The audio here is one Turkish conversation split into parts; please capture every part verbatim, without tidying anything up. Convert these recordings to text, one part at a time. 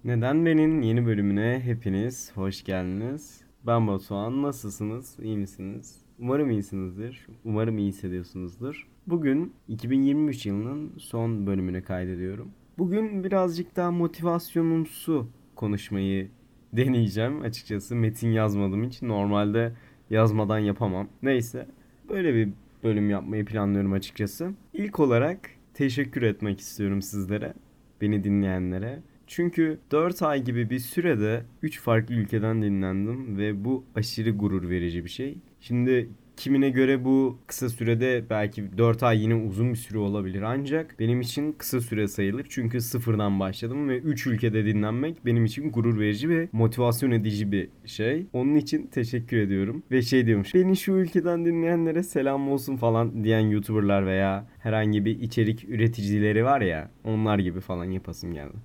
Neden Ben'in yeni bölümüne hepiniz hoş geldiniz. Ben Batuhan. Nasılsınız? İyi misiniz? Umarım iyisinizdir. Umarım iyi hissediyorsunuzdur. Bugün iki bin yirmi üç yılının son bölümünü kaydediyorum. Bugün birazcık daha motivasyonumsu konuşmayı deneyeceğim açıkçası. Metin yazmadığım için normalde yazmadan yapamam. Neyse, böyle bir bölüm yapmayı planlıyorum açıkçası. İlk olarak teşekkür etmek istiyorum sizlere, beni dinleyenlere. Çünkü dört ay gibi bir sürede üç farklı ülkeden dinlendim ve bu aşırı gurur verici bir şey. Şimdi kimine göre bu kısa sürede belki dört ay yine uzun bir süre olabilir, ancak benim için kısa süre sayılır. Çünkü sıfırdan başladım ve üç ülkede dinlenmek benim için gurur verici ve motivasyon edici bir şey. Onun için teşekkür ediyorum. Ve şey diyormuş, beni şu ülkeden dinleyenlere selam olsun falan diyen YouTuber'lar veya herhangi bir içerik üreticileri var ya, onlar gibi falan yapasım geldi.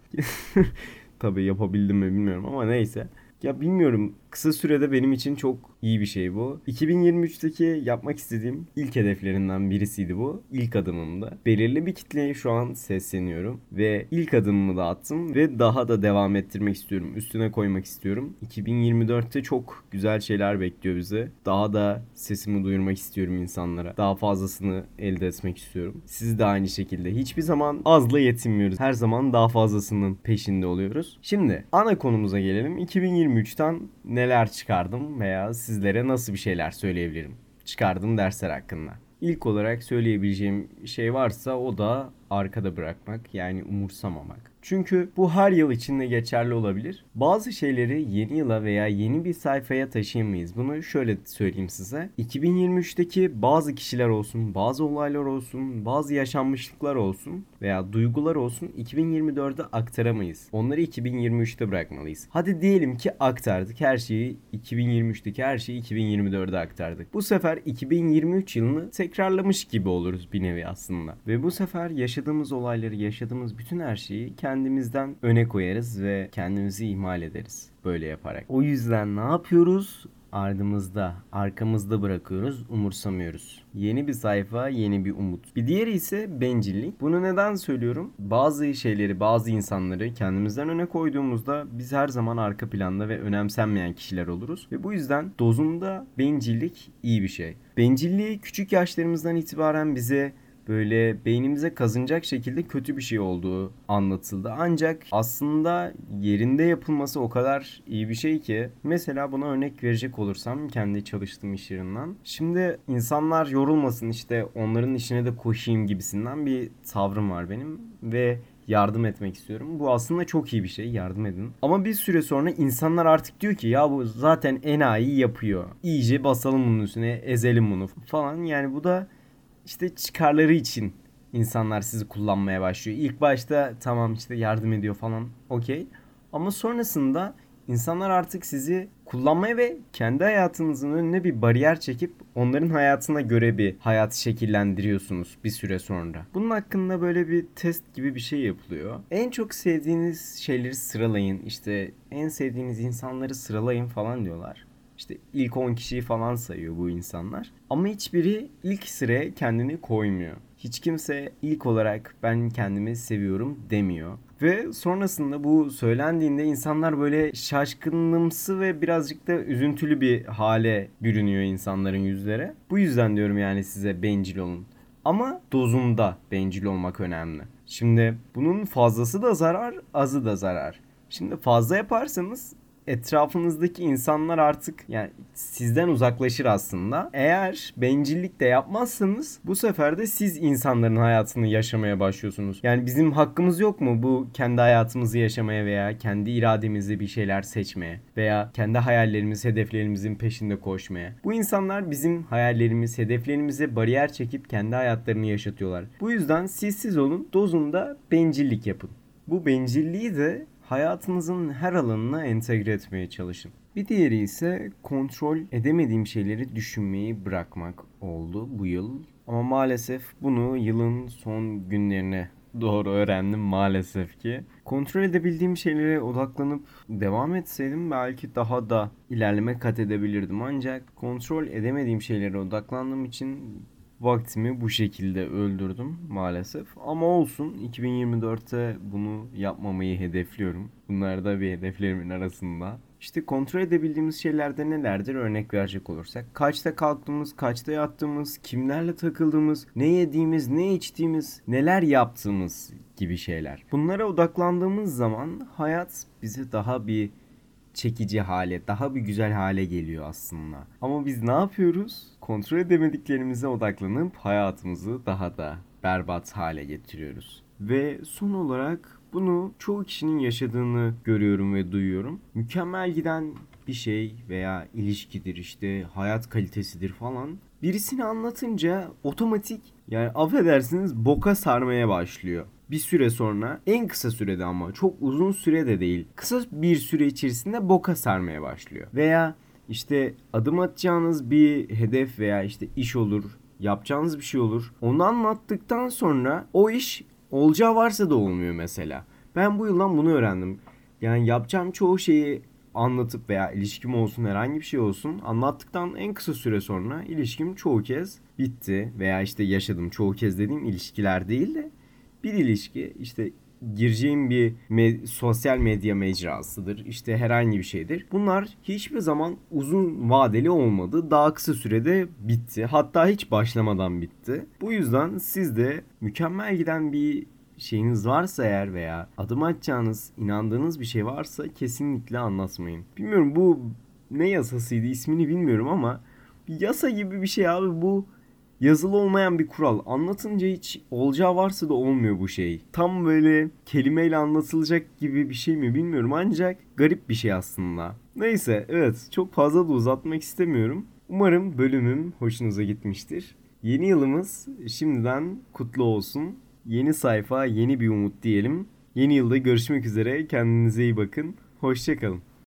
Tabii yapabildim mi bilmiyorum ama neyse. Ya bilmiyorum, kısa sürede benim için çok iyi bir şey bu. iki bin yirmi üçteki yapmak istediğim ilk hedeflerinden birisiydi bu. İlk adımımdı. Belirli bir kitleye şu an sesleniyorum ve ilk adımımı da attım ve daha da devam ettirmek istiyorum. Üstüne koymak istiyorum. iki bin yirmi dörtte çok güzel şeyler bekliyor bizi. Daha da sesimi duyurmak istiyorum insanlara. Daha fazlasını elde etmek istiyorum. Siz de aynı şekilde. Hiçbir zaman azla yetinmiyoruz. Her zaman daha fazlasının peşinde oluyoruz. Şimdi ana konumuza gelelim. iki bin yirmi üçten neler çıkardım veya sizlere nasıl bir şeyler söyleyebilirim çıkardığım dersler hakkında. İlk olarak söyleyebileceğim şey varsa o da arkada bırakmak, yani umursamamak. Çünkü bu her yıl içinde geçerli olabilir. Bazı şeyleri yeni yıla veya yeni bir sayfaya taşıyamayız. Bunu şöyle söyleyeyim size. iki bin yirmi üçteki bazı kişiler olsun, bazı olaylar olsun, bazı yaşanmışlıklar olsun veya duygular olsun iki bin yirmi dörde aktaramayız. Onları iki bin yirmi üçte bırakmalıyız. Hadi diyelim ki aktardık her şeyi, iki bin yirmi üçteki her şeyi iki bin yirmi dörde aktardık. Bu sefer iki bin yirmi üç yılını tekrarlamış gibi oluruz bir nevi aslında. Ve bu sefer yaşadığımız olayları, yaşadığımız bütün her şeyi kendimizden öne koyarız ve kendimizi ihmal ederiz böyle yaparak. O yüzden ne yapıyoruz? Ardımızda, arkamızda bırakıyoruz, umursamıyoruz. Yeni bir sayfa, yeni bir umut. Bir diğeri ise bencillik. Bunu neden söylüyorum? Bazı şeyleri, bazı insanları kendimizden öne koyduğumuzda biz her zaman arka planda ve önemsenmeyen kişiler oluruz. Ve bu yüzden dozunda bencillik iyi bir şey. Bencilliği küçük yaşlarımızdan itibaren bize böyle beynimize kazınacak şekilde kötü bir şey olduğu anlatıldı. Ancak aslında yerinde yapılması o kadar iyi bir şey ki. Mesela buna örnek verecek olursam kendi çalıştığım iş yerinden. Şimdi insanlar yorulmasın, işte onların işine de koşayım gibisinden bir tavrım var benim ve yardım etmek istiyorum. Bu aslında çok iyi bir şey, yardım edin. Ama bir süre sonra insanlar artık diyor ki ya bu zaten enayi yapıyor, İyice basalım bunun üstüne, ezelim bunu falan. Yani bu da işte çıkarları için insanlar sizi kullanmaya başlıyor. İlk başta tamam işte yardım ediyor falan, okey. Ama sonrasında insanlar artık sizi kullanmaya ve kendi hayatınızın önüne bir bariyer çekip onların hayatına göre bir hayat şekillendiriyorsunuz bir süre sonra. Bunun hakkında böyle bir test gibi bir şey yapılıyor. En çok sevdiğiniz şeyleri sıralayın, işte en sevdiğiniz insanları sıralayın falan diyorlar. İşte ilk on kişiyi falan sayıyor bu insanlar. Ama hiçbiri ilk sıraya kendini koymuyor. Hiç kimse ilk olarak ben kendimi seviyorum demiyor. Ve sonrasında bu söylendiğinde insanlar böyle şaşkınlımsı ve birazcık da üzüntülü bir hale bürünüyor insanların yüzlere. Bu yüzden diyorum yani size bencil olun. Ama dozunda bencil olmak önemli. Şimdi bunun fazlası da zarar, azı da zarar. Şimdi fazla yaparsanız etrafınızdaki insanlar artık yani sizden uzaklaşır aslında. Eğer bencillik de yapmazsanız bu sefer de siz insanların hayatını yaşamaya başlıyorsunuz. Yani bizim hakkımız yok mu bu kendi hayatımızı yaşamaya veya kendi irademizle bir şeyler seçmeye veya kendi hayallerimiz, hedeflerimizin peşinde koşmaya? Bu insanlar bizim hayallerimiz, hedeflerimize bariyer çekip kendi hayatlarını yaşatıyorlar. Bu yüzden siz siz olun, dozunda bencillik yapın. Bu bencilliği de hayatınızın her alanına entegre etmeye çalışın. Bir diğeri ise kontrol edemediğim şeyleri düşünmeyi bırakmak oldu bu yıl. Ama maalesef bunu yılın son günlerine doğru öğrendim maalesef ki. Kontrol edebildiğim şeylere odaklanıp devam etseydim belki daha da ilerleme kat edebilirdim. Ancak kontrol edemediğim şeylere odaklandığım için vaktimi bu şekilde öldürdüm maalesef. Ama olsun, iki bin yirmi dörtte bunu yapmamayı hedefliyorum. Bunlar da bir hedeflerimin arasında. İşte kontrol edebildiğimiz şeyler de nelerdir örnek verecek olursak. Kaçta kalktığımız, kaçta yattığımız, kimlerle takıldığımız, ne yediğimiz, ne içtiğimiz, neler yaptığımız gibi şeyler. Bunlara odaklandığımız zaman hayat bize daha bir çekici hale, daha bir güzel hale geliyor aslında. Ama biz ne yapıyoruz? Kontrol edemediklerimize odaklanıp hayatımızı daha da berbat hale getiriyoruz. Ve son olarak bunu çoğu kişinin yaşadığını görüyorum ve duyuyorum. Mükemmel giden bir şey veya ilişkidir, işte hayat kalitesidir falan. Birisini anlatınca otomatik, yani affedersiniz, boka sarmaya başlıyor. Bir süre sonra, en kısa sürede, ama çok uzun süre de değil, kısa bir süre içerisinde boka sarmaya başlıyor. Veya işte adım atacağınız bir hedef veya işte iş olur, yapacağınız bir şey olur. Onu anlattıktan sonra o iş olacağı varsa da olmuyor mesela. Ben bu yıldan bunu öğrendim. Yani yapacağım çoğu şeyi anlatıp veya ilişkim olsun, herhangi bir şey olsun, anlattıktan en kısa süre sonra ilişkim çoğu kez bitti. Veya işte yaşadım, çoğu kez dediğim ilişkiler değil de bir ilişki, işte gireceğim bir me- sosyal medya mecrasıdır, işte herhangi bir şeydir. Bunlar hiçbir zaman uzun vadeli olmadı. Daha kısa sürede bitti. Hatta hiç başlamadan bitti. Bu yüzden siz de mükemmel giden bir şeyiniz varsa eğer veya adım atacağınız, inandığınız bir şey varsa kesinlikle anlatmayın. Bilmiyorum bu ne yasasıydı, ismini bilmiyorum ama bir yasa gibi bir şey abi bu. Yazılı olmayan bir kural. Anlatınca hiç olacağı varsa da olmuyor bu şey. Tam böyle kelimeyle anlatılacak gibi bir şey mi bilmiyorum, ancak garip bir şey aslında. Neyse, evet, çok fazla da uzatmak istemiyorum. Umarım bölümüm hoşunuza gitmiştir. Yeni yılımız şimdiden kutlu olsun. Yeni sayfa, yeni bir umut diyelim. Yeni yılda görüşmek üzere. Kendinize iyi bakın. Hoşça kalın.